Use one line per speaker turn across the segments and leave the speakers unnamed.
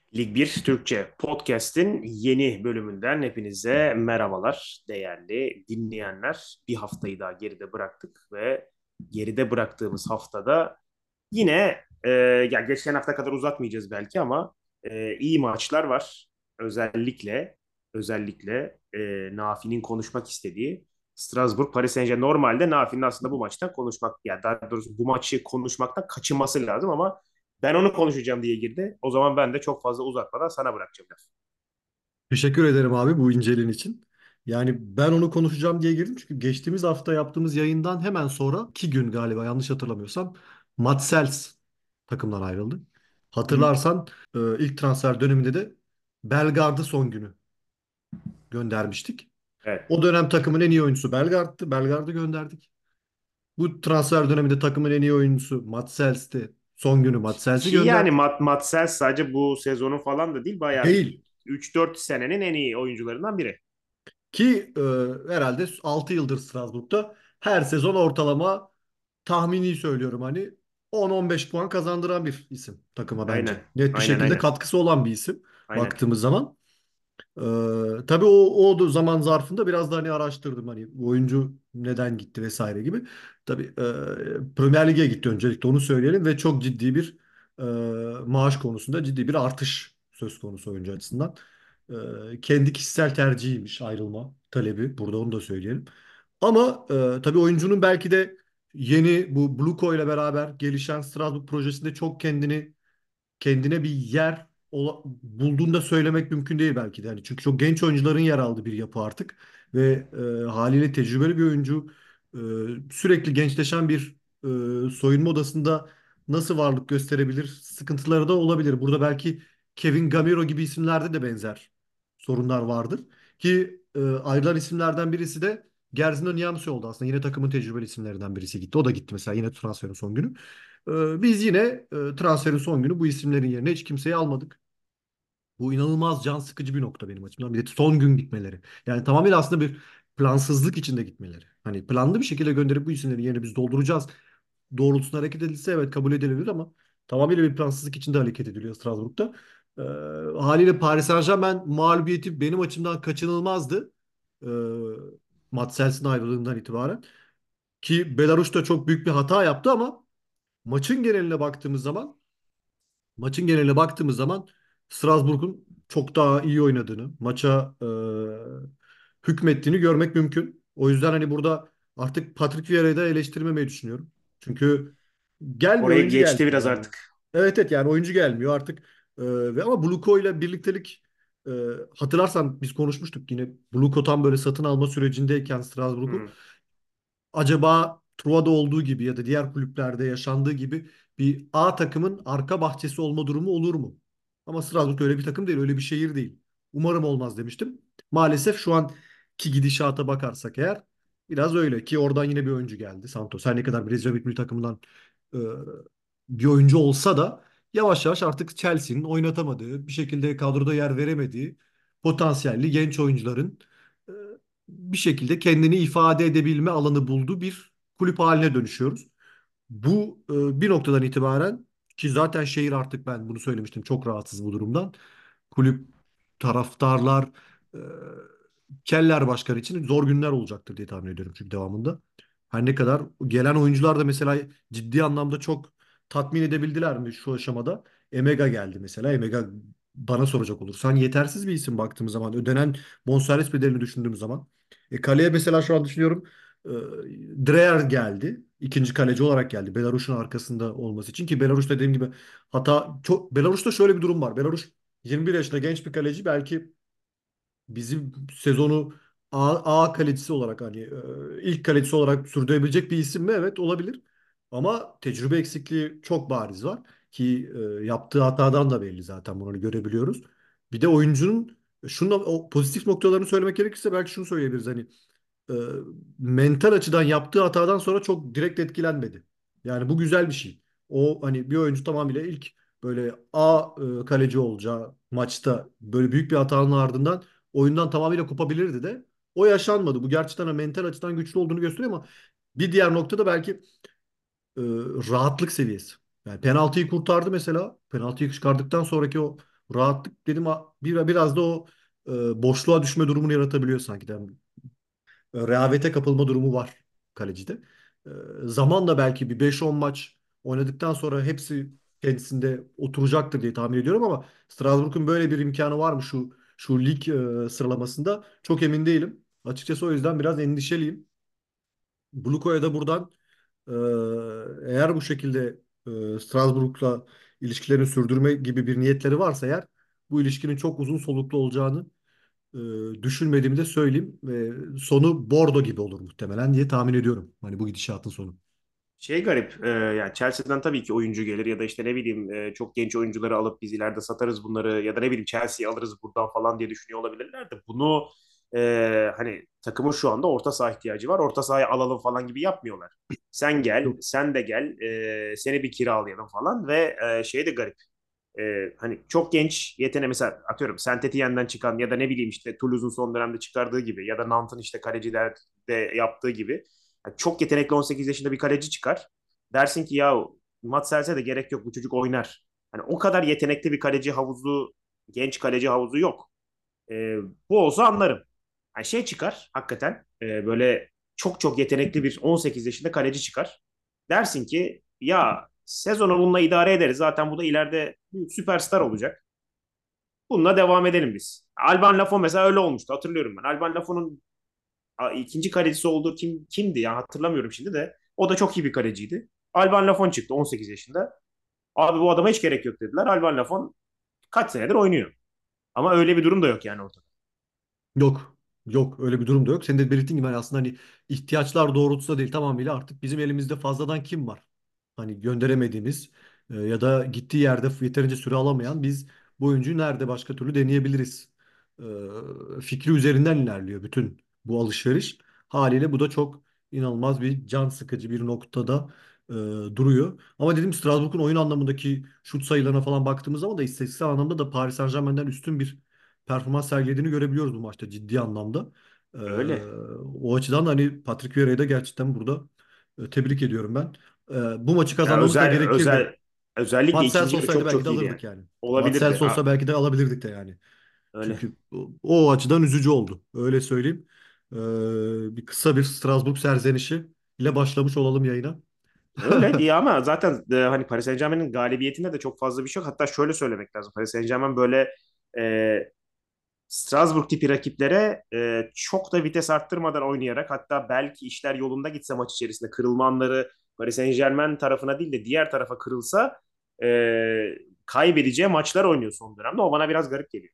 Lig 1 Türkçe Podcast'in yeni bölümünden hepinize merhabalar değerli dinleyenler. Bir haftayı daha geride bıraktık ve geride bıraktığımız haftada yine ya geçen hafta kadar uzatmayacağız belki ama iyi maçlar var. Özellikle Nafi'nin konuşmak istediği Strasbourg Paris Saint-Germain. Normalde Nafi'nin aslında bu maçtan konuşmak ya daha doğrusu bu maçı konuşmaktan kaçınması lazım ama ben onu konuşacağım diye girdi. O zaman ben de çok fazla uzatmadan sana bırakacağım laf.
Teşekkür ederim abi bu inceliğin için. Yani ben onu konuşacağım diye girdim çünkü geçtiğimiz hafta yaptığımız yayından hemen sonra 2 gün galiba yanlış hatırlamıyorsam Mats Hummels takımdan ayrıldı.
Hı,
Hatırlarsan ilk transfer döneminde de Bellegarde'ı son günü göndermiştik.
evet.
O dönem takımın en iyi oyuncusu Bellegarde'dı. Bellegarde'ı gönderdik. Bu transfer döneminde takımın en iyi oyuncusu Mats Hummels'ti. Son günü Mats Hummels'i
Ki yani
gönderdik.
Matsel sadece bu sezonun falan da değil bayağı
Değil.
3-4 senenin en iyi oyuncularından biri.
Ki herhalde 6 yıldır Strasbourg'da her sezon ortalama tahmini söylüyorum hani 10-15 puan kazandıran bir isim takıma bence.
Aynen.
Net bir
Aynen
şekilde
aynen.
katkısı olan bir isim
Aynen.
baktığımız zaman. Tabii o da zaman zarfında biraz da hani araştırdım hani bu oyuncu neden gitti vesaire gibi. Tabii Premier Lig'e gitti öncelikle onu söyleyelim ve çok ciddi bir e, maaş konusunda ciddi bir artış söz konusu oyuncu açısından. Kendi kişisel tercihiymiş ayrılma talebi burada onu da söyleyelim. Ama tabii oyuncunun belki de yeni bu Bluko ile beraber gelişen Strasbourg projesinde çok kendine bir yer bulduğunda söylemek mümkün değil belki de. Yani çünkü çok genç oyuncuların yer aldığı bir yapı artık ve haliyle tecrübeli bir oyuncu e, sürekli gençleşen bir soyunma odasında nasıl varlık gösterebilir? Sıkıntıları da olabilir. Burada belki Kevin Gamero gibi isimlerde de benzer sorunlar vardır. Ki ayrılan isimlerden birisi de Gerzin Niamsi oldu aslında. Yine takımın tecrübeli isimlerinden birisi gitti. O da gitti mesela yine transferin son günü. Biz yine transferin son günü bu isimlerin yerine hiç kimseyi almadık. Bu inanılmaz can sıkıcı bir nokta benim açımdan. Bir de son gün gitmeleri. Yani tamamıyla aslında bir plansızlık içinde gitmeleri. Hani planlı bir şekilde gönderip bu isimlerin yerine biz dolduracağız doğrultusunda hareket edilse evet kabul edilebilir ama tamamıyla bir plansızlık içinde hareket ediliyor Strasbourg'da. Ee, Haliyle Paris Saint-Germain mağlubiyeti benim açımdan kaçınılmazdı. Ee, Mats Hels'in ayrılığından itibaren. Ki Belarus da çok büyük bir hata yaptı ama maçın geneline baktığımız zaman maçın geneline baktığımız zaman Strasbourg'un çok daha iyi oynadığını, maça hükmettiğini görmek mümkün. O yüzden hani burada artık Patrick Vieira'yı da eleştirmemeyi düşünüyorum. Çünkü gelmiyor,
Oraya
oyuncu
geçti
gelmiyor
biraz
yani.
artık.
Evet evet yani oyuncu gelmiyor artık. Ve ama Bluko ile birliktelik e, hatırlarsan biz konuşmuştuk yine Bluko tam böyle satın alma sürecindeyken Strasbourg'un
Hı.
acaba Truva'da olduğu gibi ya da diğer kulüplerde yaşandığı gibi bir A takımın arka bahçesi olma durumu olur mu? Ama Strasbourg öyle bir takım değil, öyle bir şehir değil. Umarım olmaz demiştim. Maalesef şu anki gidişata bakarsak eğer biraz öyle ki oradan yine bir oyuncu geldi Santos. Her ne kadar Brezilya milli takımından e, bir oyuncu olsa da yavaş yavaş artık Chelsea'nin oynatamadığı, bir şekilde kadroda yer veremediği potansiyelli genç oyuncuların e, bir şekilde kendini ifade edebilme alanı bulduğu bir kulüp haline dönüşüyoruz. Bu bir noktadan itibaren ki zaten şehir artık ben bunu söylemiştim çok rahatsız bu durumdan. Kulüp, taraftarlar, e, Keller Başkanı için zor günler olacaktır diye tahmin ediyorum çünkü devamında. Her ne kadar gelen oyuncular da mesela ciddi anlamda çok tatmin edebildiler mi şu aşamada? Emega geldi mesela. Emega bana soracak olursan yetersiz bir isim baktığımız zaman. Ödenen bonservis bedelini düşündüğümüz zaman. Kaleye mesela şu an düşünüyorum. E, Dreyer geldi. İkinci kaleci olarak geldi. Belarus'un arkasında olması için ki Belarus dediğim gibi hata çok Belarus'ta şöyle bir durum var. Belarus 21 yaşında genç bir kaleci belki bizim sezonu A kalecisi olarak hani ilk kalecisi olarak sürdürebilecek bir isim mi? Evet olabilir. Ama tecrübe eksikliği çok bariz var ki yaptığı hatadan da belli zaten bunu görebiliyoruz. Bir de oyuncunun şunla o pozitif noktalarını söylemek gerekirse belki şunu söyleyebiliriz hani e, mental açıdan yaptığı hatadan sonra çok direkt etkilenmedi. Yani bu güzel bir şey. O hani bir oyuncu tamamıyla ilk böyle A kaleci olacağı maçta böyle büyük bir hatanın ardından oyundan tamamıyla kopabilirdi de o yaşanmadı. Bu gerçekten mental açıdan güçlü olduğunu gösteriyor ama bir diğer noktada belki e, rahatlık seviyesi. Yani penaltıyı kurtardı mesela. Penaltıyı çıkardıktan sonraki o Rahatlık dedim biraz da o boşluğa düşme durumunu yaratabiliyor sanki. Yani, rehavete kapılma durumu var kalecide. E, Zamanla belki bir 5-10 maç oynadıktan sonra hepsi kendisinde oturacaktır diye tahmin ediyorum ama Strasbourg'un böyle bir imkanı var mı şu lig sıralamasında çok emin değilim. Açıkçası o yüzden biraz endişeliyim. Bluko'ya da buradan e, eğer bu şekilde Strasbourg'la ilişkilerini sürdürme gibi bir niyetleri varsa eğer bu ilişkinin çok uzun soluklu olacağını düşünmediğimi de söyleyeyim. Ve sonu Bordo gibi olur muhtemelen diye tahmin ediyorum. Hani bu gidişatın sonu.
Şey garip, yani Chelsea'den tabii ki oyuncu gelir ya da işte ne bileyim çok genç oyuncuları alıp biz ileride satarız bunları ya da ne bileyim Chelsea'yi alırız buradan falan diye düşünüyor olabilirler de bunu hani takımın şu anda orta saha ihtiyacı var. Orta sahayı alalım falan gibi yapmıyorlar. Sen gel,
Yok.
sen de gel, seni bir kiralayalım falan ve şey de garip. Hani çok genç yeteneği mesela atıyorum Saint Etienne'den çıkan ya da ne bileyim işte Toulouse'un son dönemde çıkardığı gibi ya da Nantes'ın işte kalecilerde yaptığı gibi yani çok yetenekli 18 yaşında bir kaleci çıkar. Dersin ki ya Matsels'e de gerek yok bu çocuk oynar. Hani o kadar yetenekli bir kaleci havuzu, genç kaleci havuzu yok. E, Bu olsa anlarım. Yani şey çıkar hakikaten böyle çok çok yetenekli bir 18 yaşında kaleci çıkar. Dersin ki ya sezonu bununla idare ederiz. Zaten bu da ileride süperstar olacak. Bununla devam edelim biz. Alban Lafon mesela öyle olmuştu hatırlıyorum ben. Alban Lafon'un ikinci kalecisi olduğu kimdi ya hatırlamıyorum şimdi de. O da çok iyi bir kaleciydi. Alban Lafon çıktı 18 yaşında. Abi bu adama hiç gerek yok dediler. Alban Lafon kaç senedir oynuyor. Ama öyle bir durum da yok yani ortada.
Yok. Yok, öyle bir durum da yok. Senin de belirttiğin gibi hani aslında hani ihtiyaçlar doğrultusunda değil, tamamıyla artık bizim elimizde fazladan kim var? Hani gönderemediğimiz ya da gittiği yerde yeterince süre alamayan biz bu oyuncuyu nerede başka türlü deneyebiliriz? Fikri üzerinden ilerliyor bütün bu alışveriş. Haliyle bu da çok inanılmaz bir can sıkıcı bir noktada e, duruyor. Ama dedim Strasbourg'un oyun anlamındaki şut sayılarına falan baktığımız zaman da istatistiksel anlamda da Paris Saint-Germain'den üstün bir performans sergilediğini görebiliyoruz bu maçta ciddi anlamda. Ee,
Öyle.
O açıdan da hani Patrick Vieira'yı da gerçekten burada tebrik ediyorum ben. Bu maçı
Ya
kazanmamız da gerekirdi.
özellikle
Mats
ikinci
Sels
yarı
olsaydı
çok
belki
çok
de
iyiydi yani.
alırdık yani. Mats
Olabilirdi.
Sels olsa belki de alabilirdik de yani.
Öyle.
Çünkü o açıdan üzücü oldu. Öyle söyleyeyim. Bir kısa bir Strasbourg serzenişi ile başlamış olalım yayına.
Öyle diye ama zaten hani Paris Saint-Germain'in galibiyetinde de çok fazla bir şey yok. Hatta şöyle söylemek lazım. Paris Saint-Germain böyle e, Strasbourg tipi rakiplere çok da vites arttırmadan oynayarak hatta belki işler yolunda gitse maç içerisinde kırılma anları Paris Saint-Germain tarafına değil de diğer tarafa kırılsa e, kaybedeceği maçlar oynuyor son dönemde. O bana biraz garip geliyor.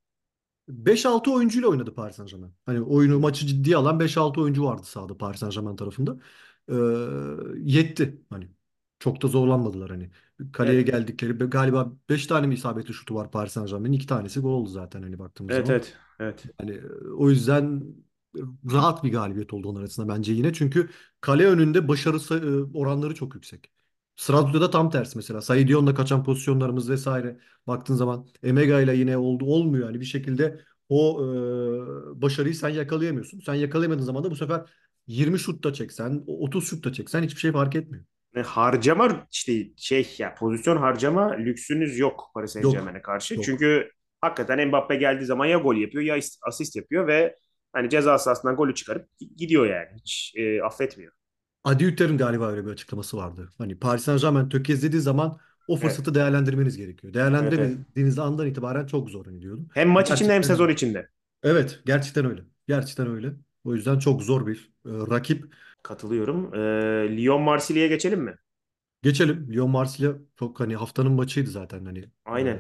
5-6 oyuncuyla oynadı Paris Saint-Germain. Hani oyunu maçı ciddiye alan 5-6 oyuncu vardı sahada Paris Saint-Germain tarafında. Ee, Yetti. Hani çok da zorlanmadılar hani. Kaleye
Evet,
geldikleri galiba 5 tane mi isabetli şutu var Paris Saint-Germain'in. 2 tanesi gol oldu zaten hani baktığımız
evet,
zaman.
evet, evet.
Hani o yüzden rahat bir galibiyet oldu onlar arasında bence yine. Çünkü kale önünde başarı oranları çok yüksek. Strasbourg'da da tam tersi mesela. Saidion'la kaçan pozisyonlarımız vesaire baktığın zaman Emega ile yine olmuyor. Yani bir şekilde o başarıyı sen yakalayamıyorsun. Sen yakalayamadığın zaman da bu sefer 20 şut da çeksen, 30 şut da çeksen hiçbir şey fark etmiyor.
Harcama işte şey ya pozisyon harcama lüksünüz yok Paris
Yok.
Saint-Germain'e karşı.
Yok.
Çünkü hakikaten Mbappe geldiği zaman ya gol yapıyor ya asist yapıyor ve hani ceza sahasından golü çıkarıp gidiyor yani. Hiç affetmiyor.
Adi Hütter'in galiba öyle bir açıklaması vardı. Hani Paris Saint-Germain tökezlediği zaman o
Evet.
fırsatı değerlendirmeniz gerekiyor.
Evet, evet.
Değerlendiremediğiniz andan itibaren çok zor hani diyordu.
Hem maç içinde hem
Gerçekten öyle.
sezon içinde.
Evet, gerçekten öyle. Gerçekten öyle. O yüzden çok zor bir rakip.
Katılıyorum. Lyon Marsilya'ya geçelim mi?
Geçelim. Lyon Marsilya çok hani haftanın maçıydı zaten hani.
Aynen.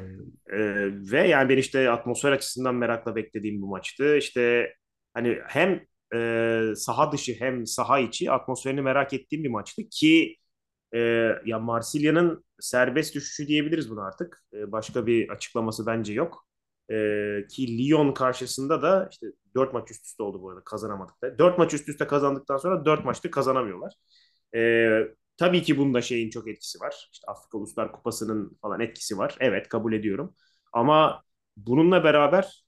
Ve yani ben işte atmosfer açısından merakla beklediğim bu maçtı. İşte hani hem saha dışı hem saha içi atmosferini merak ettiğim bir maçtı ki e, ya Marsilya'nın serbest düşüşü diyebiliriz buna artık. Başka bir açıklaması bence yok. Ki Lyon karşısında da işte 4 maç üst üste oldu bu arada kazanamadık da. 4 maç üst üste kazandıktan sonra 4 maçta kazanamıyorlar. E, tabii ki bunda şeyin çok etkisi var. İşte Afrika Uluslar Kupası'nın falan etkisi var. Evet kabul ediyorum. Ama bununla beraber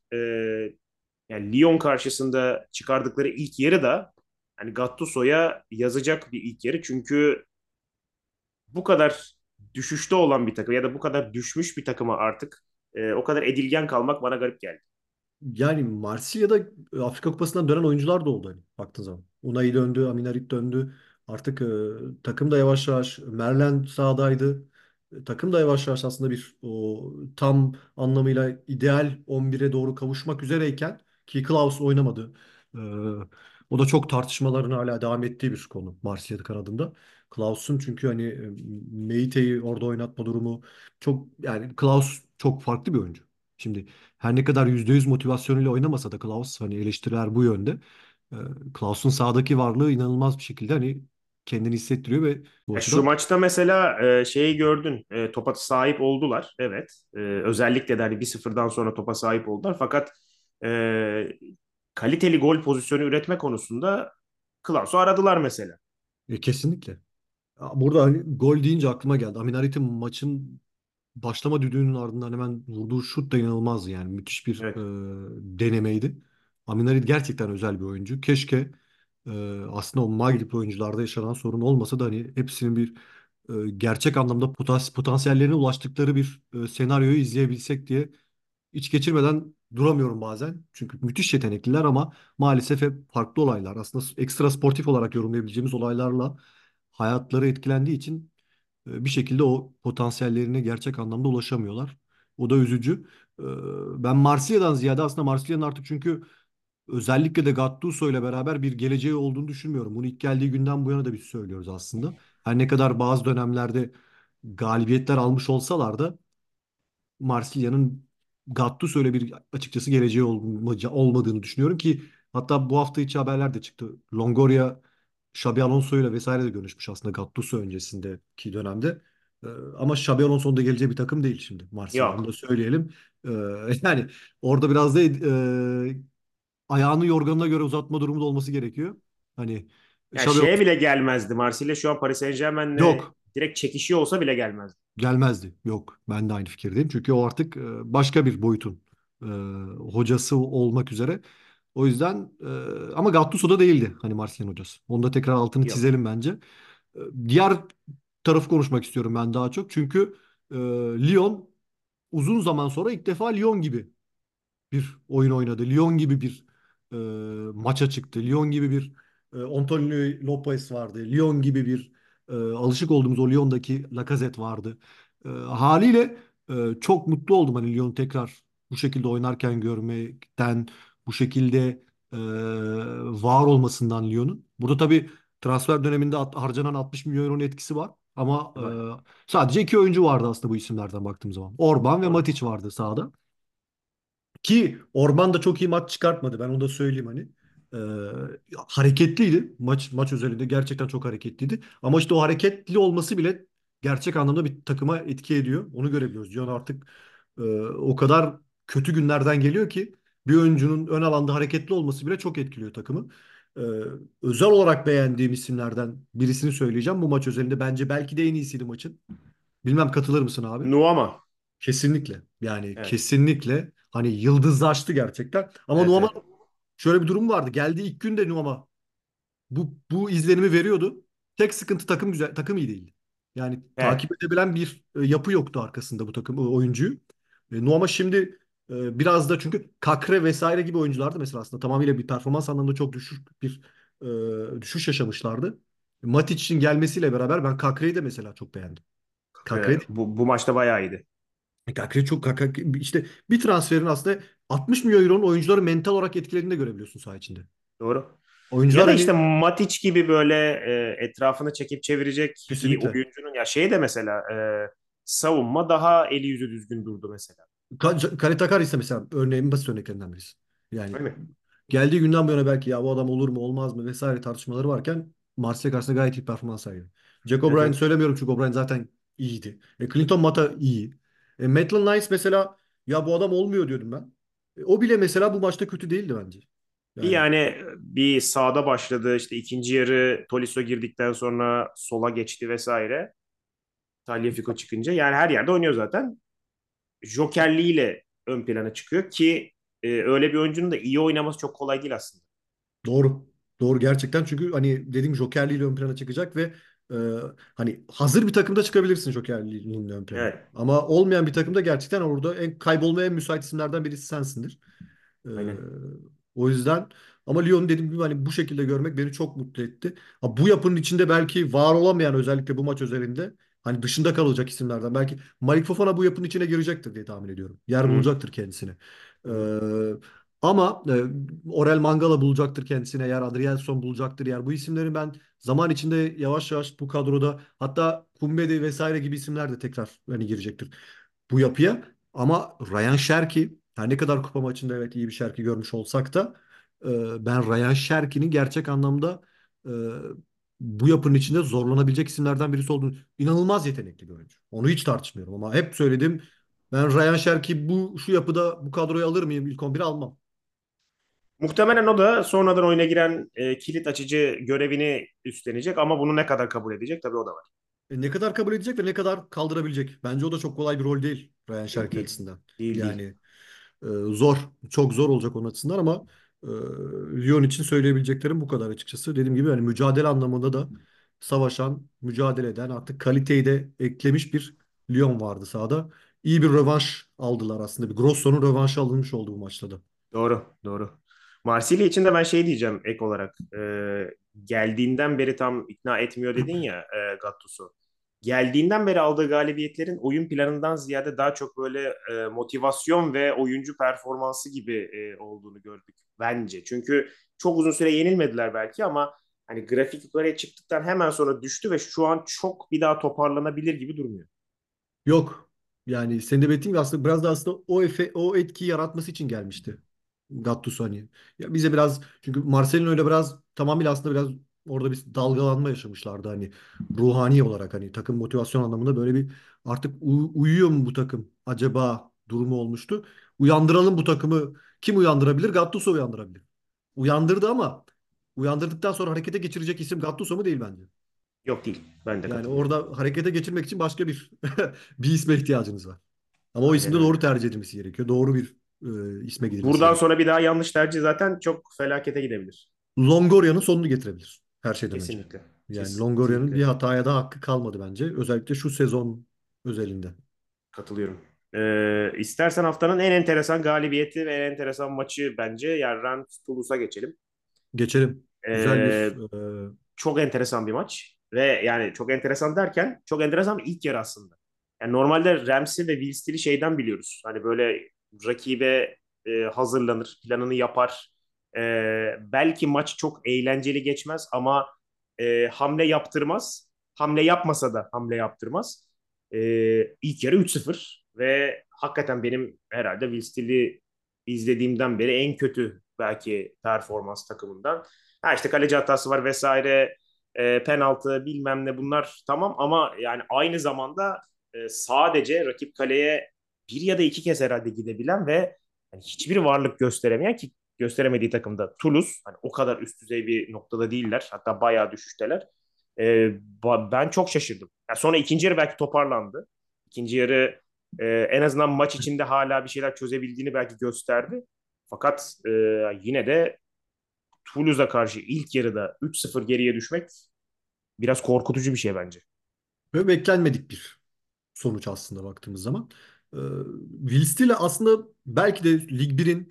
yani Lyon karşısında çıkardıkları ilk yarı da hani Gattuso'ya yazacak bir ilk yarı. Çünkü bu kadar düşüşte olan bir takım ya da bu kadar düşmüş bir takıma artık O kadar edilgen kalmak bana garip geldi.
Yani Marsilya'da Afrika Kupası'ndan dönen oyuncular da oldu hani baktığın zaman. Unai döndü, Amin Harit döndü. Artık takım da yavaş yavaş Merlen sahadaydı. Takım da yavaş yavaş aslında bir o tam anlamıyla ideal 11'e doğru kavuşmak üzereyken ki Klaus oynamadı. E, O da çok tartışmaların hala devam ettiği bir konu Marsilya'da kanadında. Klaus'un çünkü hani Meite'yi orada oynatma durumu çok yani Klaus çok farklı bir oyuncu. Şimdi her ne kadar %100 motivasyonuyla oynamasa da Klaus hani eleştiriler bu yönde. Ee, Klaus'un sahadaki varlığı inanılmaz bir şekilde hani kendini hissettiriyor ve bu
Şu
açıdan
maçta mesela şeyi gördün. Topa sahip oldular. Evet. Özellikle de hani 1-0'dan sonra topa sahip oldular. Fakat e, kaliteli gol pozisyonu üretme konusunda Klaus'u aradılar mesela.
kesinlikle. Burada hani gol deyince aklıma geldi. Amin Harit'in maçın başlama düdüğünün ardından hemen vurduğu şut da inanılmazdı yani. Müthiş bir
Evet.
denemeydi. Amin Harit gerçekten özel bir oyuncu. Keşke aslında o Maghrib oyuncularda yaşanan sorun olmasa da hani hepsinin bir gerçek anlamda potansiyellerine ulaştıkları bir senaryoyu izleyebilsek diye hiç geçirmeden duramıyorum bazen. Çünkü müthiş yetenekliler ama maalesef hep farklı olaylar. Aslında ekstra sportif olarak yorumlayabileceğimiz olaylarla hayatları etkilendiği için bir şekilde o potansiyellerine gerçek anlamda ulaşamıyorlar. O da üzücü. E, Ben Marsilya'dan ziyade aslında Marsilya'nın artık çünkü özellikle de Gattuso ile beraber bir geleceği olduğunu düşünmüyorum. Bunu ilk geldiği günden bu yana da biz söylüyoruz aslında. Her ne kadar bazı dönemlerde galibiyetler almış olsalar da Marsilya'nın Gattuso öyle bir açıkçası geleceği olmadığını düşünüyorum ki hatta bu hafta içi haberler de çıktı. Longoria, Xabi Alonso ile vesaire de görüşmüş aslında Gattuso öncesindeki dönemde. Ee, Ama Xabi Alonso'nun da geleceği bir takım değil şimdi Marsilya. Onu da
Yok.
söyleyelim. Ee, Yani orada biraz da ayağını yorganına göre uzatma durumu da olması gerekiyor. Hani
Yani
Xabi
şeye
Alonso
bile gelmezdi. Marsilya şu an Paris Saint-Germain'le
yok.
direkt çekişiyor olsa bile gelmezdi.
Gelmezdi. Yok. Ben de aynı fikirdeyim. Çünkü o artık başka bir boyutun e, hocası olmak üzere. O yüzden ama Gattuso da değildi hani Marsilya'nın hocası. Onu da tekrar altını
Yok.
çizelim bence. Diğer tarafı konuşmak istiyorum ben daha çok. Çünkü Lyon uzun zaman sonra ilk defa Lyon gibi bir oyun oynadı. Lyon gibi bir maça çıktı. Lyon gibi bir Antonio Lopez vardı. Lyon gibi bir alışık olduğumuz o Lyon'daki Lacazette vardı. Haliyle çok mutlu oldum hani Lyon'u tekrar bu şekilde oynarken görmekten, bu şekilde e, var olmasından Lyon'un. Burada tabii transfer döneminde harcanan 60 milyon euronun etkisi var. Ama
Var.
sadece iki oyuncu vardı aslında bu isimlerden baktığım zaman. Orban ve
Doğru.
Matic vardı sahada. Ki Orban da çok iyi maç çıkartmadı. Ben onu da söyleyeyim hani. Hareketliydi. Maç özelinde gerçekten çok hareketliydi. Ama işte o hareketli olması bile gerçek anlamda bir takıma etki ediyor. Onu görebiliyoruz. Cihan artık o kadar kötü günlerden geliyor ki bir oyuncunun ön alanda hareketli olması bile çok etkiliyor takımı. Ee, Özel olarak beğendiğim isimlerden birisini söyleyeceğim. Bu maç özelinde bence belki de en iyisiydi maçın. Bilmem katılır mısın abi?
Nuama.
Kesinlikle. Yani
Evet.
kesinlikle hani yıldızlaştı gerçekten. Ama
Evet,
Nuam'a
evet.
şöyle bir durum vardı. Geldiği ilk günde Nuam'a bu izlenimi veriyordu. Tek sıkıntı takım iyi değildi. Yani
Evet.
takip edebilen bir yapı yoktu arkasında bu takım oyuncuyu. Nuam'a şimdi biraz da çünkü Kakre vesaire gibi oyunculardı mesela aslında tamamıyla bir performans anlamında çok düşük bir düşüş yaşamışlardı. Matic'in gelmesiyle beraber ben Kakre'yi de mesela çok beğendim. Kakre
Bu maçta bayağı iyiydi.
Gakre çok işte bir transferin aslında 60 milyon euronun oyuncuları mental olarak etkilediğini de görebiliyorsun saha içinde.
Doğru. Ya
Oyuncular
da işte
hani
Matic gibi böyle etrafını çekip çevirecek bir
kesinlikle.
oyuncunun ya şey de mesela savunma daha eli yüzü düzgün durdu mesela.
Kale Takar ise mesela örneğin basit örneklerinden birisi. Yani
Değil mi?
geldiği günden bu yana belki ya bu adam olur mu olmaz mı vesaire tartışmaları varken Marsilya karşısında gayet iyi performans sergiledi. Jack
Evet,
O'Brien
evet.
söylemiyorum çünkü O'Brien zaten iyiydi. Clinton Mata iyi. Maitland Niles mesela ya bu adam olmuyor diyordum ben. O bile mesela bu maçta kötü değildi bence.
Bir
Yani
yani bir sağda başladı işte ikinci yarı Tolisso girdikten sonra sola geçti vesaire. Tagliafico çıkınca yani her yerde oynuyor zaten. Jokerliğiyle ön plana çıkıyor ki öyle bir oyuncunun da iyi oynaması çok kolay değil aslında.
doğru. Doğru gerçekten çünkü hani dediğim jokerliğiyle ön plana çıkacak ve e, hani hazır bir takımda çıkabilirsin jokerliğinin ön plana.
Evet.
Ama olmayan bir takımda gerçekten orada kaybolmaya en müsait isimlerden birisi sensindir. Ee,
Aynen.
O yüzden ama Lyon'u dediğim gibi hani bu şekilde görmek beni çok mutlu etti. Ha, bu yapının içinde belki var olamayan, özellikle bu maç özelinde hani dışında kalacak isimlerden belki Malik Fofana bu yapının içine girecektir diye tahmin ediyorum. Yer
Hı
bulacaktır kendisine.
hı. Hı.
Ama Orel Mangala bulacaktır kendisine yer. Adrielson bulacaktır yer. Bu isimlerin ben zaman içinde yavaş yavaş bu kadroda, hatta Kumbedi vesaire gibi isimler de tekrar hani girecektir bu yapıya. Ama Ryan Cherki, her ne kadar kupa maçında evet iyi bir Cherki görmüş olsak da ben Ryan Cherki'nin gerçek anlamda e, bu yapının içinde zorlanabilecek isimlerden birisi olduğunu, inanılmaz yetenekli bir oyuncu. Onu hiç tartışmıyorum ama hep söyledim, ben Ryan Cherki şu yapıda bu kadroyu alır mıyım? İlk 11'i almam.
Muhtemelen o da sonradan oyuna giren kilit açıcı görevini üstlenecek ama bunu ne kadar kabul edecek tabii o da var.
Ne kadar kabul edecek ve ne kadar kaldırabilecek? Bence o da çok kolay bir rol değil Ryan
Yok
Cherki
değil.
açısından.
Değil
Yani
değil.
zor, çok zor olacak onun açısından ama e, Lyon için söyleyebileceklerim bu kadar açıkçası. Dediğim gibi hani mücadele anlamında da savaşan, mücadele eden, artık kaliteyi de eklemiş bir Lyon vardı sahada. İyi bir rövanş aldılar aslında. Bir Grosso'nun rövanşı alınmış oldu bu maçta da.
Doğru, doğru. Marsilya için de ben şey diyeceğim ek olarak. Geldiğinden beri tam ikna etmiyor dedin ya Gattuso. Geldiğinden beri aldığı galibiyetlerin oyun planından ziyade daha çok böyle motivasyon ve oyuncu performansı gibi olduğunu gördük bence. Çünkü çok uzun süre yenilmediler belki ama hani grafik yukarıya çıktıktan hemen sonra düştü ve şu an çok bir daha toparlanabilir gibi durmuyor.
Yok. Yani senin de belirttiğin gibi aslında biraz da aslında o etkiyi yaratması için gelmişti Gattuso hani. Ya bize biraz, çünkü Marcelo'nun öyle biraz tamamıyla aslında biraz orada bir dalgalanma yaşamışlardı hani, ruhani olarak hani takım motivasyon anlamında böyle bir artık uyuyor mu bu takım acaba durumu olmuştu. Uyandıralım bu takımı. Kim uyandırabilir? Gattuso uyandırabilir. Uyandırdı ama uyandırdıktan sonra harekete geçirecek isim Gattuso mu, değil bence.
Yok değil. Ben de
Yani
katılıyorum.
orada harekete geçirmek için başka bir bir isme ihtiyacınız var. Ama o isim
Aynen
de
öyle.
doğru tercih edilmesi gerekiyor. Doğru bir isme gidilmesi
Buradan
gerekiyor.
sonra bir daha yanlış tercih zaten çok felakete gidebilir.
Longoria'nın sonunu getirebilir her şeyden önce.
Kesinlikle.
Yani Longoria'nın bir
Kesinlikle
hataya da hakkı kalmadı bence. Özellikle şu sezon özelinde.
katılıyorum. İstersen haftanın en enteresan galibiyeti ve en enteresan maçı bence yani Toulouse'a geçelim.
Geçelim. Güzel bir
Ee, Çok enteresan bir maç. Ve yani çok enteresan derken çok enteresan bir ilk yarı aslında. Yani normalde Ramsey ve Will Steele'i şeyden biliyoruz. Hani böyle rakibe hazırlanır, planını yapar. Belki maç çok eğlenceli geçmez ama hamle yaptırmaz. Hamle yapmasa da hamle yaptırmaz. İlk yarı 3-0 ve hakikaten benim herhalde Will Steele'i izlediğimden beri en kötü belki performans takımından. Ha işte kaleci hatası var vesaire, penaltı bilmem ne bunlar tamam ama yani aynı zamanda sadece rakip kaleye bir ya da iki kez herhalde gidebilen ve yani hiçbir varlık gösteremeyen ki gösteremediği takımda Toulouse hani o kadar üst düzey bir noktada değiller. Hatta bayağı düşüşteler. Ben çok şaşırdım. Yani sonra ikinci yarı belki toparlandı. İkinci yarı en azından maç içinde hala bir şeyler çözebildiğini belki gösterdi. Fakat yine de Toulouse'a karşı ilk yarıda 3-0 geriye düşmek biraz korkutucu bir şey bence.
ve beklenmedik bir sonuç aslında baktığımız zaman. Ee, Will Steele aslında belki de Lig 1'in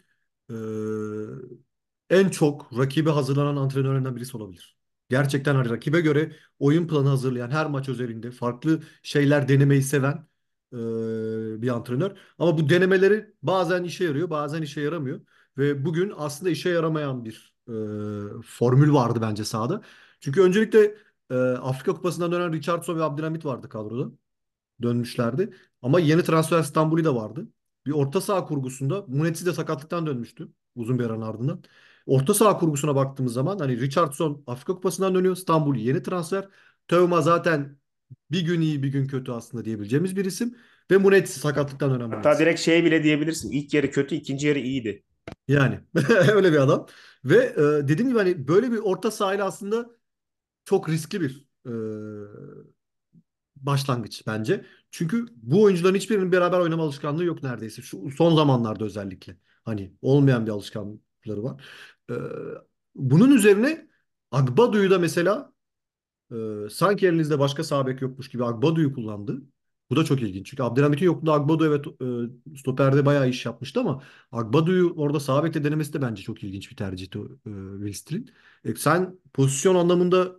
en çok rakibe hazırlanan antrenörlerinden birisi olabilir. Gerçekten hani rakibe göre oyun planı hazırlayan, her maç özelinde farklı şeyler denemeyi seven bir antrenör. Ama bu denemeleri bazen işe yarıyor, bazen işe yaramıyor. Ve bugün aslında işe yaramayan bir formül vardı bence sahada. Çünkü öncelikle Afrika Kupası'ndan dönen Richardson ve Abdülhamit vardı kadroda, dönmüşlerdi. Ama yeni transfer Stambuli de vardı. Bir orta saha kurgusunda Munetsi de sakatlıktan dönmüştü uzun bir aranın ardından. Orta saha kurgusuna baktığımız zaman hani Richardson Afrika Kupası'ndan dönüyor. Stambuli yeni transfer. Teuma zaten bir gün iyi bir gün kötü aslında diyebileceğimiz bir isim. Ve Munetsi, sakatlıktan dönen
Hatta
Munetsi.
direkt şey bile diyebilirsin. İlk yarı kötü, ikinci yarı iyiydi.
Yani öyle bir adam. Ve dediğim gibi hani böyle bir orta sahayla aslında çok riskli bir başlangıç bence. Çünkü bu oyuncuların hiçbirinin beraber oynama alışkanlığı yok neredeyse. Şu son zamanlarda özellikle. Hani olmayan bir alışkanlıkları var. Ee, Bunun üzerine Agbadu'yu da mesela Sanki elinizde başka sağ bek yokmuş gibi Agbadu'yu kullandı. Bu da çok ilginç. Çünkü Abdülhamit'in yokluğunda Agbadu evet stoperde bayağı iş yapmıştı ama Agbadu'yu orada sağ bekte denemesi de bence çok ilginç bir tercihti Will Steele'in. Sen pozisyon anlamında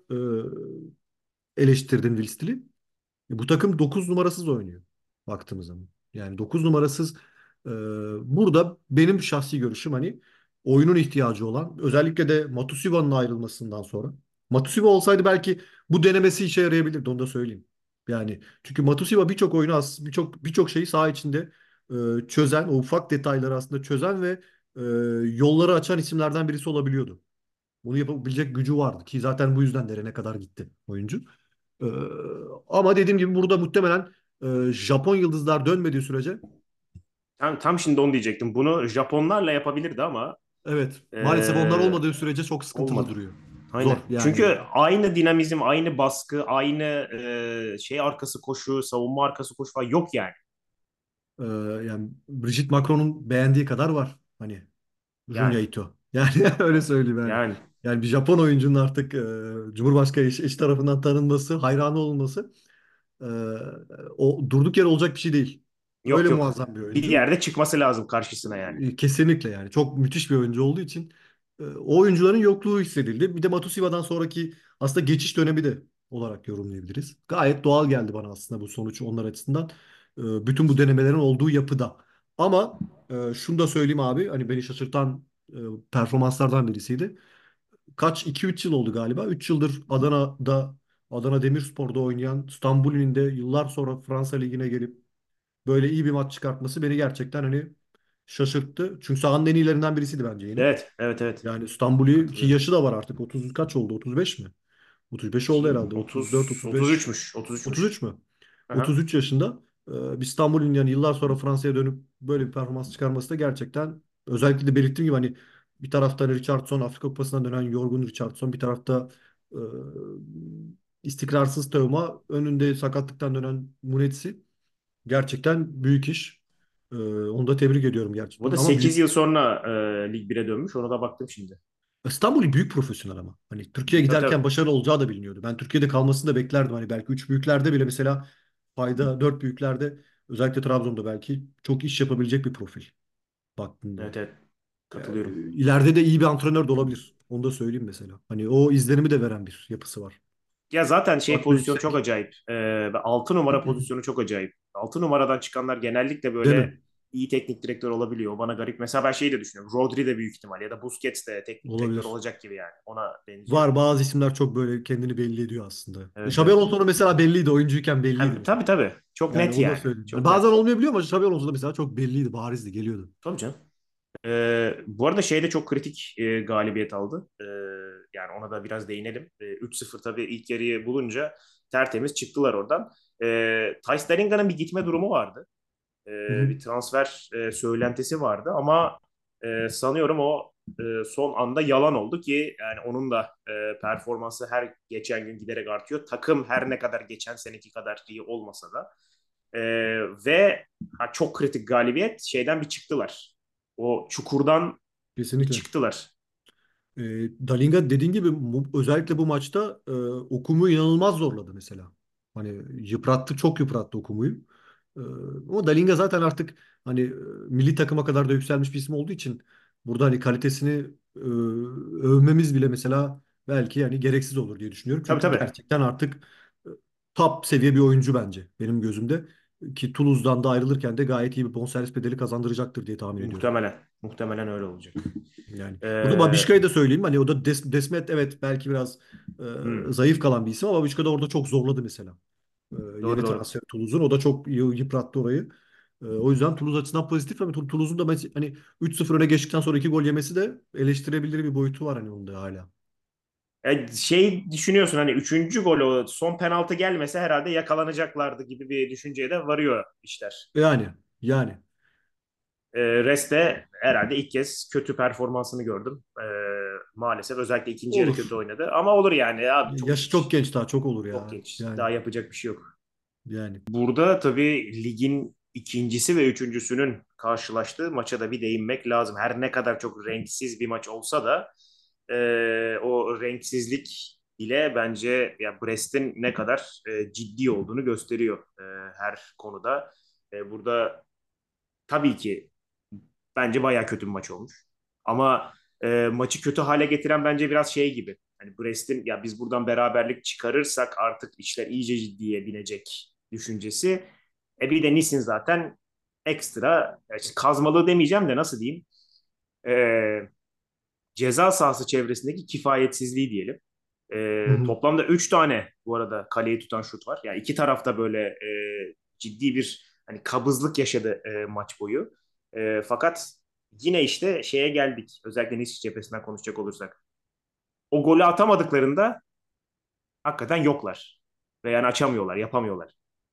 eleştirdin Will Steele'i. Bu takım 9 numarasız oynuyor baktığımız zaman. Yani 9 numarasız e, burada benim şahsi görüşüm hani oyunun ihtiyacı olan özellikle de Matusiva'nın ayrılmasından sonra. Matusiva olsaydı belki bu denemesi işe yarayabilirdi onu da söyleyeyim. Yani çünkü Matusiva birçok oyunu birçok şeyi saha içinde çözen, o ufak detayları aslında çözen ve e, yolları açan isimlerden birisi olabiliyordu. Bunu yapabilecek gücü vardı ki zaten bu yüzden nereye kadar gitti oyuncu. Ee, Ama dediğim gibi burada muhtemelen Japon yıldızlar dönmediği sürece
Tam şimdi onu diyecektim. Bunu Japonlarla yapabilirdi ama
evet maalesef onlar
e,
olmadığı sürece çok sıkıntılı
olmadı.
duruyor.
Aynen.
Zor yani.
Çünkü aynı dinamizm, aynı baskı, aynı şey arkası koşu, savunma arkası koşu falan yok yani.
e, Yani Brigitte Macron'un beğendiği kadar var. Hani Junya
Yani
Ito. Yani öyle söyleyeyim yani.
yani
Yani bir Japon oyuncunun artık Cumhurbaşkanı eşi tarafından tanınması, hayranı olunması e, o durduk yere olacak bir şey değil. Öyle
yok yok.
muazzam bir
Bir
oyuncu.
yerde çıkması lazım karşısına yani.
Kesinlikle yani. Çok müthiş bir oyuncu olduğu için o oyuncuların yokluğu hissedildi. Bir de Matusiva'dan sonraki aslında geçiş dönemi de olarak yorumlayabiliriz. Gayet doğal geldi bana aslında bu sonuç onlar açısından. Bütün bu denemelerin olduğu yapıda. Ama şunu da söyleyeyim abi. Hani beni şaşırtan performanslardan birisiydi. Kaç 2-3 yıl oldu galiba. 3 yıldır Adana Demirspor'da oynayan Stamboul'ün de yıllar sonra Fransa Ligi'ne gelip böyle iyi bir maç çıkartması beni gerçekten hani şaşırttı. Çünkü sahanın en iyilerinden birisiydi bence yeni.
Evet, evet, evet.
Yani İstanbul'u ki
Katılıyorum.
yaşı da var artık. 30 kaç oldu? 35 mi? 35 oldu
Ki
herhalde. 34,
30
35,
33'müş. 33'müş.
33 mü?
Aha.
33 yaşında. Bir İstanbul'un yani yıllar sonra Fransa'ya dönüp böyle bir performans çıkarması da gerçekten özellikle de belirttiğim gibi hani bir tarafta hani Richardson Afrika Kupası'ndan dönen yorgun Richardson bir tarafta e, istikrarsız Teuma önünde sakatlıktan dönen Munetsi gerçekten büyük iş. Onu da tebrik ediyorum
Bu
gerçekten.
da
Ama
8
büyük
yıl sonra Lig 1'e dönmüş. Ona da baktım şimdi.
İstanbul büyük profesyonel ama. Hani Türkiye'ye
Tabii
giderken
tabii.
başarılı olacağı da biliniyordu. Ben Türkiye'de kalmasını da beklerdim. Hani belki 3 büyüklerde bile mesela fayda 4 büyüklerde özellikle Trabzon'da belki çok iş yapabilecek bir profil baktığında.
Evet evet.
Yani,
Katılıyorum.
ileride de iyi bir antrenör de olabilir. Onu da söyleyeyim mesela. Hani o izlenimi de veren bir yapısı var.
Ya zaten şey
Bakma
pozisyon çok
yüksek.
acayip. 6 numara pozisyonu çok acayip. 6 numaradan çıkanlar genellikle
Değil mi?
böyle iyi teknik direktör olabiliyor. O bana garip. Mesela ben şeyi de düşünüyorum. Rodri de büyük ihtimal ya da Busquets de teknik direktör
Olabilir.
olacak gibi yani. Ona benziyor.
Var bazı isimler çok böyle kendini belli ediyor aslında.
Evet
Xabi
evet.
Alonso mesela belliydi. Oyuncuyken belliydi
Ha,
mesela.
tabii tabii. Çok
Yani
net
onu da
yani.
söyleyeyim. Hani
Çok
bazen
net.
olmayabiliyor ama Xabi Alonso da mesela çok belliydi. Barizdi. Geliyordu.
Tabii canım. Bu arada şeyde çok kritik galibiyet aldı. Yani ona da biraz değinelim. 3-0 tabii ilk yarıyı bulunca tertemiz çıktılar oradan. Thijs Dalinga'nın bir gitme durumu vardı.
Hı hı.
Bir transfer söylentisi vardı ama sanıyorum o son anda yalan oldu ki yani onun da performansı her geçen gün giderek artıyor. Takım her ne kadar geçen seneki kadar iyi olmasa da e, ve çok kritik galibiyet şeyden bir çıktılar. O çukurdan bir
Kesinlikle.
çıktılar.
E, Dalinga dediğin gibi özellikle bu maçta Okum'u inanılmaz zorladı mesela. Hani yıprattı, çok yıprattı Okum'u. E, Ama Dalinga zaten artık hani milli takıma kadar da yükselmiş bir isim olduğu için burada hani kalitesini övmemiz bile mesela belki yani gereksiz olur diye düşünüyorum.
Tabii
Çünkü
tabii.
gerçekten artık e, top seviye bir oyuncu bence benim gözümde. Ki Toulouse'dan da ayrılırken de gayet iyi bir bonservis bedeli kazandıracaktır diye tahmin ediyorum.
Muhtemelen. Muhtemelen öyle olacak.
Yani burada
Ee,
Babişka'yı da söyleyeyim. Hani o da Desmet evet belki biraz
hmm,
zayıf kalan bir isim ama Babişka da orada çok zorladı mesela.
doğru
Yeni
doğru.
transfer Toulouse'un. O da çok yıprattı orayı. O yüzden Toulouse açısından pozitif ama Toulouse'un da hani 3-0 öne geçtikten sonra 2 gol yemesi de eleştirebilir bir boyutu var hani onun da hala.
Şey düşünüyorsun hani üçüncü gol o son penaltı gelmese herhalde yakalanacaklardı gibi bir düşünceye de varıyor işler.
Yani
Reste herhalde ilk kez kötü performansını gördüm. Maalesef özellikle ikinci yarı kötü
olur.
oynadı. Ama olur yani abi çok
Yaşı çok
genç.
genç daha çok olur
Çok
ya.
genç.
Yani
Daha yapacak bir şey yok.
yani
Burada tabii ligin ikincisi ve üçüncüsünün karşılaştığı maça da bir değinmek lazım. Her ne kadar çok renksiz bir maç olsa da o renksizlik bile bence ya Brest'in ne kadar ciddi olduğunu gösteriyor her konuda. Burada tabii ki bence bayağı kötü bir maç olmuş. Ama maçı kötü hale getiren bence biraz şey gibi. Hani Brest'in ya biz buradan beraberlik çıkarırsak artık işler iyice ciddiye binecek düşüncesi. Bir de Nice'in zaten ekstra işte kazmalığı demeyeceğim de nasıl diyeyim? E, Ceza sahası çevresindeki kifayetsizliği diyelim.
Hı hı.
Toplamda 3 tane bu arada kaleyi tutan şut var. Yani iki tarafta böyle ciddi bir hani kabızlık yaşadı maç boyu. Fakat yine işte şeye geldik. Özellikle Nice cephesinden konuşacak olursak. O golü atamadıklarında hakikaten yoklar. Ve yani açamıyorlar, yapamıyorlar.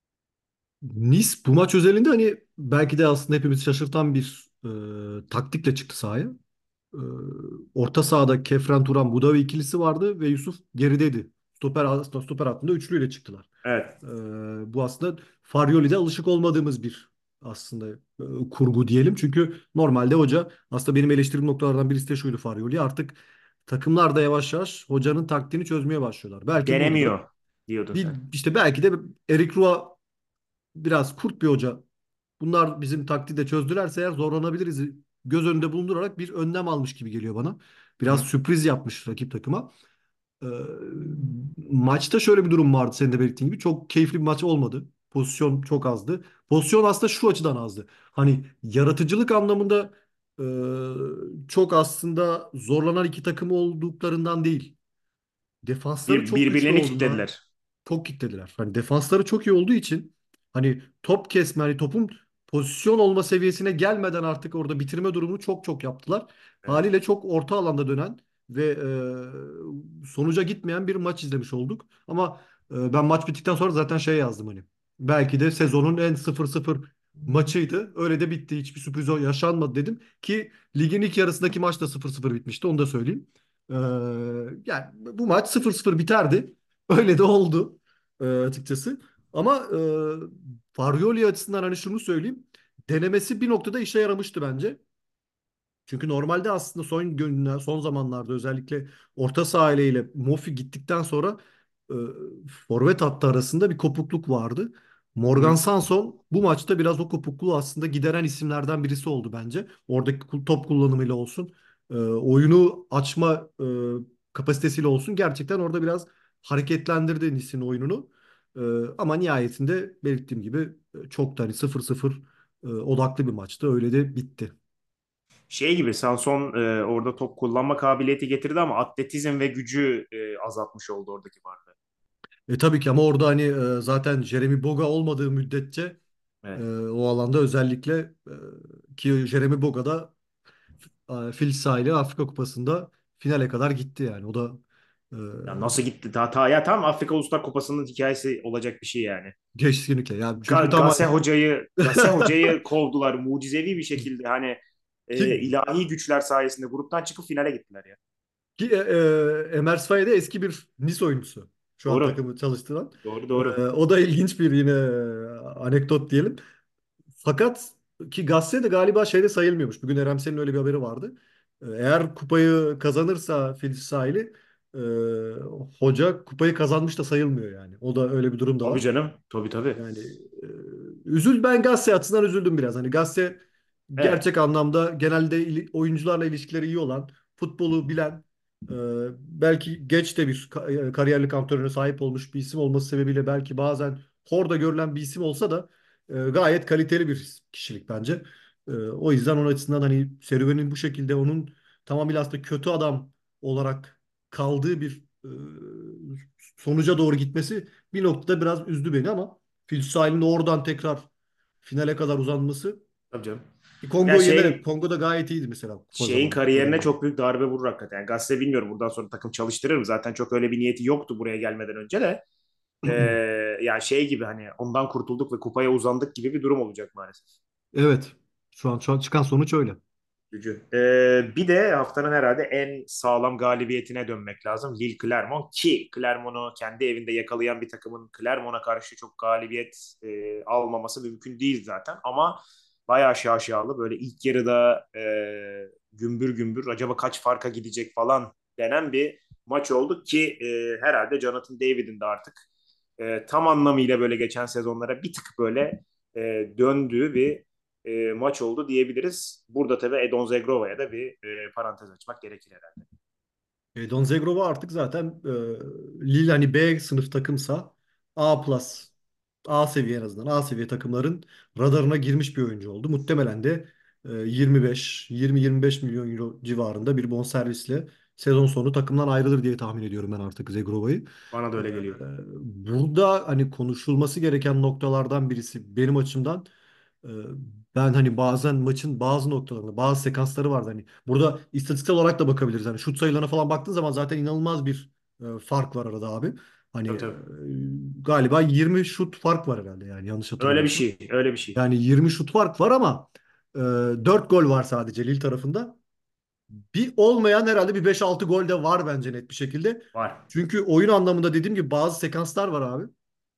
Nice bu maç özelinde hani belki de aslında hepimiz şaşırtan bir taktikle çıktı sahaya. E, Orta sahada Kefren Turan Budavi ikilisi vardı ve Yusuf gerideydi. Stoper hattında üçlüyle çıktılar.
Evet.
E, Bu aslında Faryoli'de alışık olmadığımız bir aslında kurgu diyelim. Çünkü normalde hoca aslında benim eleştirdiğim noktalardan birisi de şuydu Faryoli. Artık takımlar da yavaş yavaş hocanın taktiğini çözmeye başlıyorlar. Belki burada
Denemiyor diyordun
bir
sen.
işte belki de Erik Roy biraz kurt bir hoca. Bunlar bizim taktiği çözdülerse eğer zorlanabiliriz göz önünde bulundurarak bir önlem almış gibi geliyor bana.
Hı
Biraz
hı.
sürpriz yapmış rakip takıma. Ee, Maçta şöyle bir durum vardı senin de belirttiğin gibi. Çok keyifli bir maç olmadı. Pozisyon çok azdı. Pozisyon aslında şu açıdan azdı. Hani yaratıcılık anlamında çok aslında zorlanan iki takım olduklarından değil. Defansları çok güçlü
Birbirlerini
olduğundan
kilitlediler.
çok kilitlediler. Hani defansları çok iyi olduğu için hani top kesme, hani topun pozisyon olma seviyesine gelmeden artık orada bitirme durumunu çok çok yaptılar.
Evet.
Haliyle çok orta alanda dönen ve sonuca gitmeyen bir maç izlemiş olduk. Ama ben maç bittikten sonra zaten şey yazdım hani. Belki de sezonun en 0-0 maçıydı. Öyle de bitti. Hiçbir sürpriz yaşanmadı dedim. Ki ligin ilk yarısındaki maç da 0-0 bitmişti. Onu da söyleyeyim. Ee, Yani bu maç 0-0 biterdi. Öyle de oldu açıkçası. Ama Farioli açısından hani şunu söyleyeyim. Denemesi bir noktada işe yaramıştı bence. Çünkü normalde aslında son zamanlarda özellikle orta saha ile Mofi gittikten sonra e, forvet hattı arasında bir kopukluk vardı.
Hı
Morgan
hı.
Sanson bu maçta biraz o kopukluğu aslında gideren isimlerden birisi oldu bence. Oradaki top kullanımıyla olsun, oyunu açma kapasitesiyle olsun gerçekten orada biraz hareketlendirdi Nice'in oyununu. E, Ama nihayetinde belirttiğim gibi çok da hani 0-0 odaklı bir maçtı. Öyle de bitti.
Şey gibi Sanson orada top kullanma kabiliyeti getirdi ama atletizm ve gücü azaltmış oldu oradaki varlığı.
Tabii ki ama orada hani zaten Jeremy Boga olmadığı müddetçe
Evet.
o alanda özellikle ki Jeremy Boga da Fil Sahili Afrika Kupası'nda finale kadar gitti yani. O da e,
Ya nasıl gitti? Ya tam Afrika Uluslar Kupası'nın hikayesi olacak bir şey yani.
kesinlikle. Yani çünkü tam
Gase hocayı kovdular mucizevi bir şekilde hani
ki,
ilahi güçler sayesinde gruptan çıkıp finale gittiler ya.
Emer Faye de eski bir Nice oyuncusu. Şu an
Doğru.
takımı çalıştıran.
Doğru doğru.
O da ilginç bir yine anekdot diyelim. Fakat ki Gasset de galiba şeyde sayılmıyormuş. Bugün Eremsen'in öyle bir haberi vardı. Eğer kupayı kazanırsa Filiz Sahili e, hoca kupayı kazanmış da sayılmıyor yani. O da öyle bir durum da
Tabii
var.
canım. Tabii tabii.
Yani ben Gasset açısından üzüldüm biraz. Hani Gasset
Evet.
gerçek anlamda genelde oyuncularla ilişkileri iyi olan, futbolu bilen, e, belki geç de bir kariyerlik antrenöre sahip olmuş bir isim olması sebebiyle belki bazen hor da görülen bir isim olsa da gayet kaliteli bir kişilik bence. O yüzden onun açısından hani serüvenin bu şekilde onun tamamıyla aslında kötü adam olarak kaldığı bir sonuca doğru gitmesi bir noktada biraz üzdü beni ama Phil Sahil'in oradan tekrar finale kadar uzanması
Tabii canım.
ki
Ya
Kongo'yu yenerek Kongo'da gayet iyiydi mesela kupa
şeyin
zamanı kupa
kariyerine
döneminde.
çok büyük darbe vurur hakikaten. Yani Gazze bilmiyorum buradan sonra takım çalıştırır mı? Zaten çok öyle bir niyeti yoktu buraya gelmeden önce de. Ee, Yani şey gibi hani ondan kurtulduk ve kupaya uzandık gibi bir durum olacak maalesef.
Evet. Şu an çıkan sonuç öyle.
Gücü. Bir de haftanın herhalde en sağlam galibiyetine dönmek lazım. Lille Clermont ki Clermont'u kendi evinde yakalayan bir takımın Clermont'a karşı çok galibiyet almaması mümkün değil zaten. Ama bayağı şaşalı böyle ilk yarıda gümbür gümbür acaba kaç farka gidecek falan denen bir maç oldu ki herhalde Jonathan David'in de artık tam anlamıyla böyle geçen sezonlara bir tık böyle döndüğü bir maç oldu diyebiliriz. Burada tabii Edon Zegrova'ya da bir parantez açmak gerekir herhalde.
Don Zegrova artık zaten Lille hani B sınıf takımsa A plus, A seviye en azından A seviye takımların radarına girmiş bir oyuncu oldu. Muhtemelen de 25, 20-25 milyon euro civarında bir bonservisle sezon sonu takımdan ayrılır diye tahmin ediyorum ben artık Zegrova'yı.
Bana da
E,
öyle geliyor.
Burada hani konuşulması gereken noktalardan birisi benim açımdan, ee, ben hani bazen maçın bazı noktalarında bazı sekansları vardı hani burada istatistiksel olarak da bakabiliriz hani şut sayılarına falan baktığın zaman zaten inanılmaz bir fark var arada abi. Hani
Tabii tabii.
galiba 20 şut fark var herhalde yani yanlış
Öyle bir
hatırlamıyorsam.
şey. Öyle bir şey.
Yani 20 şut fark var ama 4 gol var sadece Lille tarafında. Bir olmayan herhalde bir 5-6 gol de var bence net bir şekilde.
Var.
Çünkü oyun anlamında dediğim gibi bazı sekanslar var abi.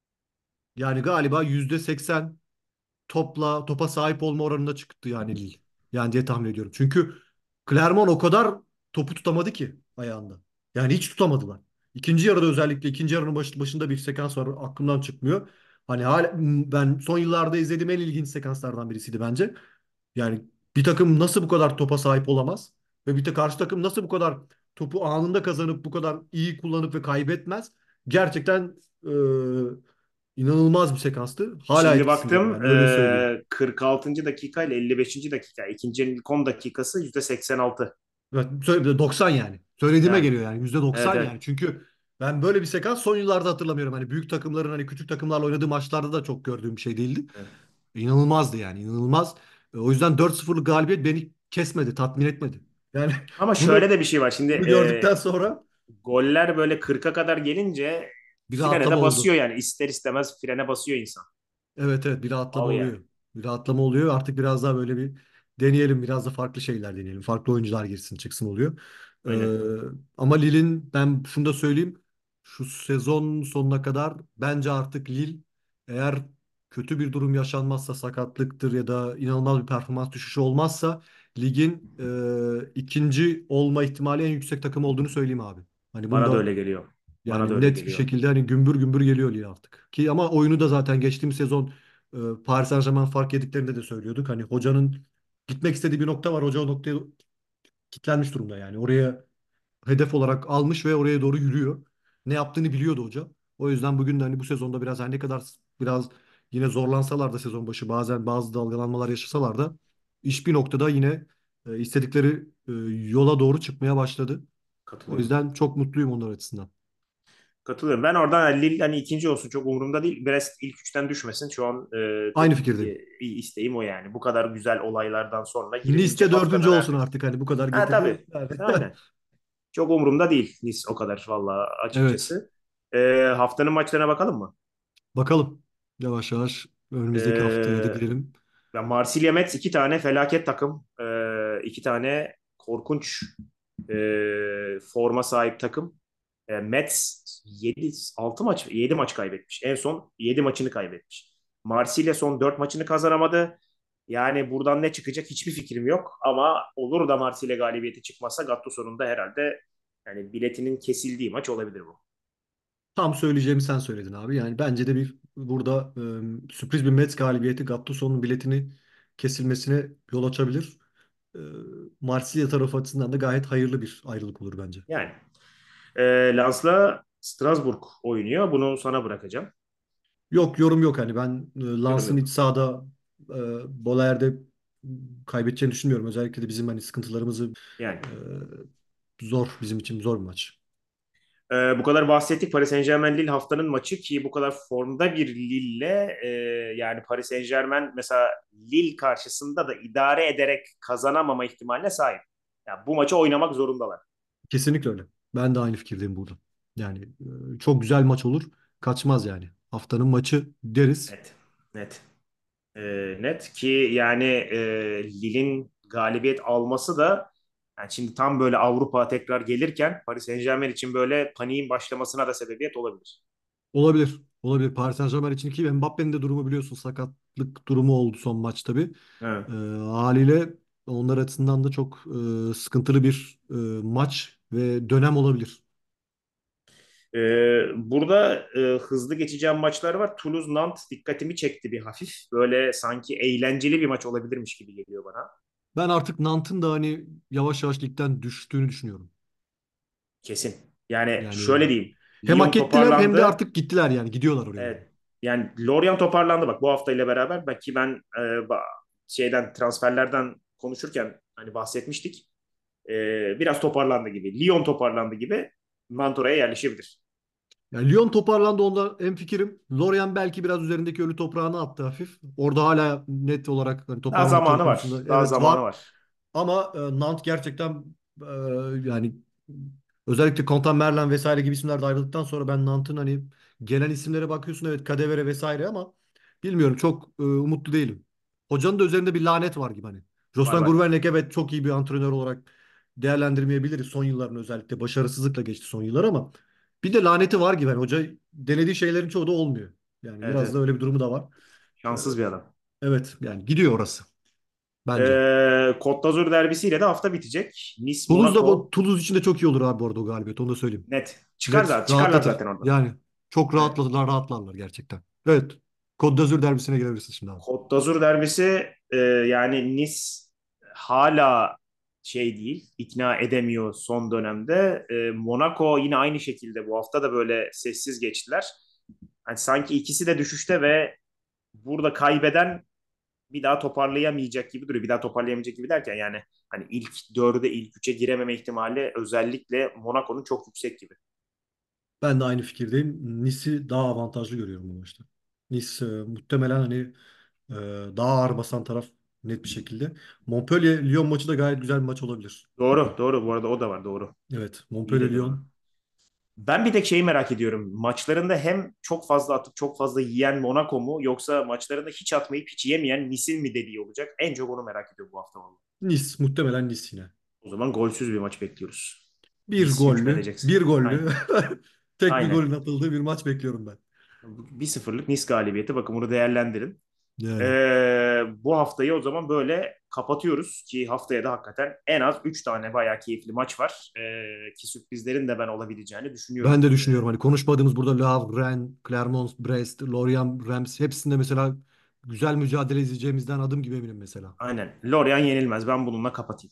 Yani galiba %80 topa sahip olma oranında çıktı yani Lille. Yani diye tahmin ediyorum. Çünkü Clermont o kadar topu tutamadı ki ayağında. Yani hiç tutamadılar. İkinci yarıda özellikle ikinci yarının başında bir sekans var aklımdan çıkmıyor. Hani hala, ben son yıllarda izlediğim en ilginç sekanslardan birisiydi bence. Yani bir takım nasıl bu kadar topa sahip olamaz ve karşı takım nasıl bu kadar topu anında kazanıp bu kadar iyi kullanıp ve kaybetmez? Gerçekten e, inanılmaz bir sekanstı. Hala
Şimdi
etkisindeyim
baktım
yani öyle söyleyeyim.
46. dakika ile 55. dakika. İkinci yarının ilk 10 dakikası %86.
Evet, 90 yani. Söylediğime
Yani
geliyor yani
evet
%90 yani.
evet.
Çünkü ben böyle bir sekans son yıllarda hatırlamıyorum. Hani büyük takımların hani küçük takımlarla oynadığı maçlarda da çok gördüğüm bir şey değildi.
Evet.
İnanılmazdı yani inanılmaz. O yüzden 4-0'lık galibiyet beni kesmedi, tatmin etmedi. Yani
Ama
bunu
şöyle de bir şey var. Şimdi
bunu gördükten sonra
goller böyle 40'a kadar gelince
bir
frene
rahatlama
de basıyor
oldu.
yani. İster istemez frene basıyor insan.
Evet evet, bir rahatlama
Al yani.
oluyor. Bir rahatlama oluyor. Artık biraz daha böyle bir deneyelim. Biraz da farklı şeyler deneyelim. Farklı oyuncular girsin çıksın oluyor.
Aynen.
Ama Lille'in ben şunu da söyleyeyim. Şu sezon sonuna kadar bence artık Lille eğer kötü bir durum yaşanmazsa sakatlıktır ya da inanılmaz bir performans düşüşü olmazsa ligin ikinci olma ihtimali en yüksek takım olduğunu söyleyeyim abi. Hani bunu
Bana da
da
öyle geliyor. Bana da
yani
öyle
net bir
geliyor.
şekilde hani gümbür gümbür geliyor Lille artık. Ki ama oyunu da zaten geçtiğimiz sezon Paris Saint-Germain fark yediklerinde de söylüyorduk. Hani hocanın gitmek istediği bir nokta var. Hoca o noktaya kilitlenmiş durumda yani. Oraya hedef olarak almış ve oraya doğru yürüyor. Ne yaptığını biliyordu hoca. O yüzden bugün de hani bu sezonda biraz her ne kadar biraz yine zorlansalar da sezon başı bazen bazı dalgalanmalar yaşasalar da iş bir noktada yine istedikleri yola doğru çıkmaya başladı. O
Katılıyorum.
yüzden çok mutluyum onlar açısından.
Katılıyorum. Ben oradan hani Lille hani ikinci olsun çok umurumda değil. Brest ilk üçten düşmesin. Şu an
Aynı
tek
fikirdeyim.
isteğim o yani. Bu kadar güzel olaylardan sonra
Nice
20.
dördüncü
haftada
olsun
neredeyse.
artık hani bu kadar
Ha
getirdi.
tabii.
Yani.
Aynen. Çok umurumda değil Nice o kadar valla
Evet.
açıkçası. Haftanın maçlarına bakalım mı?
Bakalım. Yavaş yavaş önümüzdeki haftaya da
E,
girelim.
Ya Marsilya Metz iki tane felaket takım. İki tane korkunç forma sahip takım. Metz 7 6 maç 7 maç kaybetmiş. En son 7 maçını kaybetmiş. Marsilya son 4 maçını kazanamadı. Yani buradan ne çıkacak hiçbir fikrim yok. Ama olur da Marsilya galibiyeti çıkmazsa Gattuso'nun da herhalde yani biletinin kesildiği maç olabilir bu.
Tam söyleyeceğimi sen söyledin abi. Yani bence de bir burada sürpriz bir Mets galibiyeti Gattuso'nun biletini kesilmesine yol açabilir. E, Marsilya tarafı açısından da gayet hayırlı bir ayrılık olur bence.
Yani Lens'la Strasbourg oynuyor. Bunu sana bırakacağım.
Yok, yorum yok hani ben
Yorum
Lens'ın iç
yok.
sahada Bollaer'de kaybedeceğini düşünmüyorum. Özellikle de bizim hani sıkıntılarımızı
Yani
e, zor bizim için zor bir maç.
bu kadar bahsettik Paris Saint-Germain Lille haftanın maçı ki bu kadar formda bir Lille'le yani Paris Saint-Germain mesela Lille karşısında da idare ederek kazanamama ihtimaline sahip. Yani bu maçı oynamak zorundalar.
Kesinlikle öyle. Ben de aynı fikirdeyim burada. Yani çok güzel maç olur. Kaçmaz yani. Haftanın maçı deriz.
Net. Net. E, Net ki yani Lille'in galibiyet alması da yani şimdi tam böyle Avrupa tekrar gelirken Paris Saint-Germain için böyle paniğin başlamasına da sebebiyet olabilir.
Olabilir. Olabilir. Paris Saint-Germain için ki Mbappé'nin de durumu biliyorsun sakatlık durumu oldu son maç tabii.
Evet.
Haliyle onlar açısından da çok sıkıntılı bir maç ve dönem olabilir.
Burada hızlı geçeceğim maçlar var. Toulouse-Nantes dikkatimi çekti bir hafif. Böyle sanki eğlenceli bir maç olabilirmiş gibi geliyor bana.
Ben artık Nant'ın da hani yavaş yavaş ligden düştüğünü düşünüyorum.
Kesin. Yani
Yani
şöyle diyeyim.
hem
Lyon
hak ettiler hem de
toparlandı.
artık gittiler yani gidiyorlar oraya yani.
Evet. Yani Lorient toparlandı bak bu haftayla beraber. Belki ben şeyden transferlerden konuşurken hani bahsetmiştik. Biraz toparlandı gibi. Lyon toparlandı gibi Nantes oraya yerleşebilir.
Yani Lyon toparlandı onda en fikrim. Lorient belki biraz üzerindeki ölü toprağını attı hafif. Orada hala net olarak hani
Daha
toparlandıkları
zamanı var.
konusunda
Daha
evet var.
zamanı var.
Ama Nantes gerçekten e, yani özellikle Contenmerlen vesaire gibi isimler de ayrıldıktan sonra ben Nantes'ın hani gelen isimlere bakıyorsun evet Kadewere vesaire ama bilmiyorum çok umutlu değilim. Hocanın da üzerinde bir lanet var gibi hani.
Var
Jocelyn
var.
Gourvenec evet çok iyi bir antrenör olarak değerlendirmeyebiliriz. Son yıllarını özellikle başarısızlıkla geçti son yıllar ama bir de laneti var gibi. Hani hoca denediği şeylerin çoğu da olmuyor. Yani
Evet
biraz da
evet.
öyle bir durumu da var. E,
Şanssız bir adam.
evet yani gidiyor orası bence.
Côte d'Azur derbisiyle de hafta bitecek. Nice
Toulouse da
Monaco
Toulouse için de çok iyi olur abi bu arada o galibiyet onu da söyleyeyim.
net. Çıkar
Net
zaten. Çıkarlar
rahatlatır.
zaten oradan.
Yani çok
Evet.
rahatlarlar gerçekten. Evet. Côte d'Azur derbisine girebilirsin şimdi abi.
Côte d'Azur derbisi yani Nice hala şey değil, ikna edemiyor son dönemde. Monaco yine aynı şekilde bu hafta da böyle sessiz geçtiler. Hani sanki ikisi de düşüşte ve burada kaybeden bir daha toparlayamayacak gibi duruyor. Bir daha toparlayamayacak gibi derken yani hani ilk dörde, ilk üçe girememe ihtimali özellikle Monaco'nun çok yüksek gibi.
Ben de aynı fikirdeyim. Nice'i daha avantajlı görüyorum bu maçta. Nice muhtemelen hani e, daha ağır basan taraf net bir şekilde. Montpellier-Lyon maçı da gayet güzel bir maç olabilir.
Doğru, doğru. Bu arada o da var, doğru.
Evet,
İyi dedin onu.
Montpellier-Lyon.
Ben bir tek şeyi merak ediyorum. Maçlarında hem çok fazla atıp çok fazla yiyen Monaco mu yoksa maçlarında hiç atmayıp hiç yemeyen Nice'in mi dediği olacak? En çok onu merak ediyorum bu hafta vallahi.
Nice, muhtemelen Nice yine.
O zaman golsüz bir maç bekliyoruz.
Bir
Nice
gollü,
hükmedeceksin.
bir
Aynen.
gollü. Tek bir
Aynen.
golün atıldığı bir maç bekliyorum ben.
1-0'lık Nice galibiyeti. Bakın bunu değerlendirin.
Yani
Bu haftayı o zaman böyle kapatıyoruz ki haftaya da hakikaten en az 3 tane bayağı keyifli maç var. Ki sürprizlerin de ben olabileceğini düşünüyorum.
ben de düşünüyorum hani konuşmadığımız burada Le Havre, Rennes, Clermont, Brest, Lorient, Reims hepsinde mesela güzel mücadele izleyeceğimizden adım gibi eminim mesela.
Aynen. Lorient yenilmez. Ben bununla kapatayım.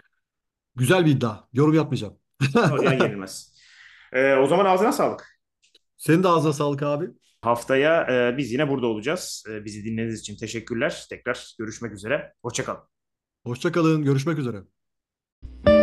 Güzel bir iddia. Yorum yapmayacağım.
Lorient yenilmez. O zaman ağzına sağlık.
Senin de ağzına sağlık abi.
Haftaya biz yine burada olacağız. Bizi dinlediğiniz için teşekkürler. Tekrar görüşmek üzere. Hoşça kalın.
Hoşça kalın. Görüşmek üzere.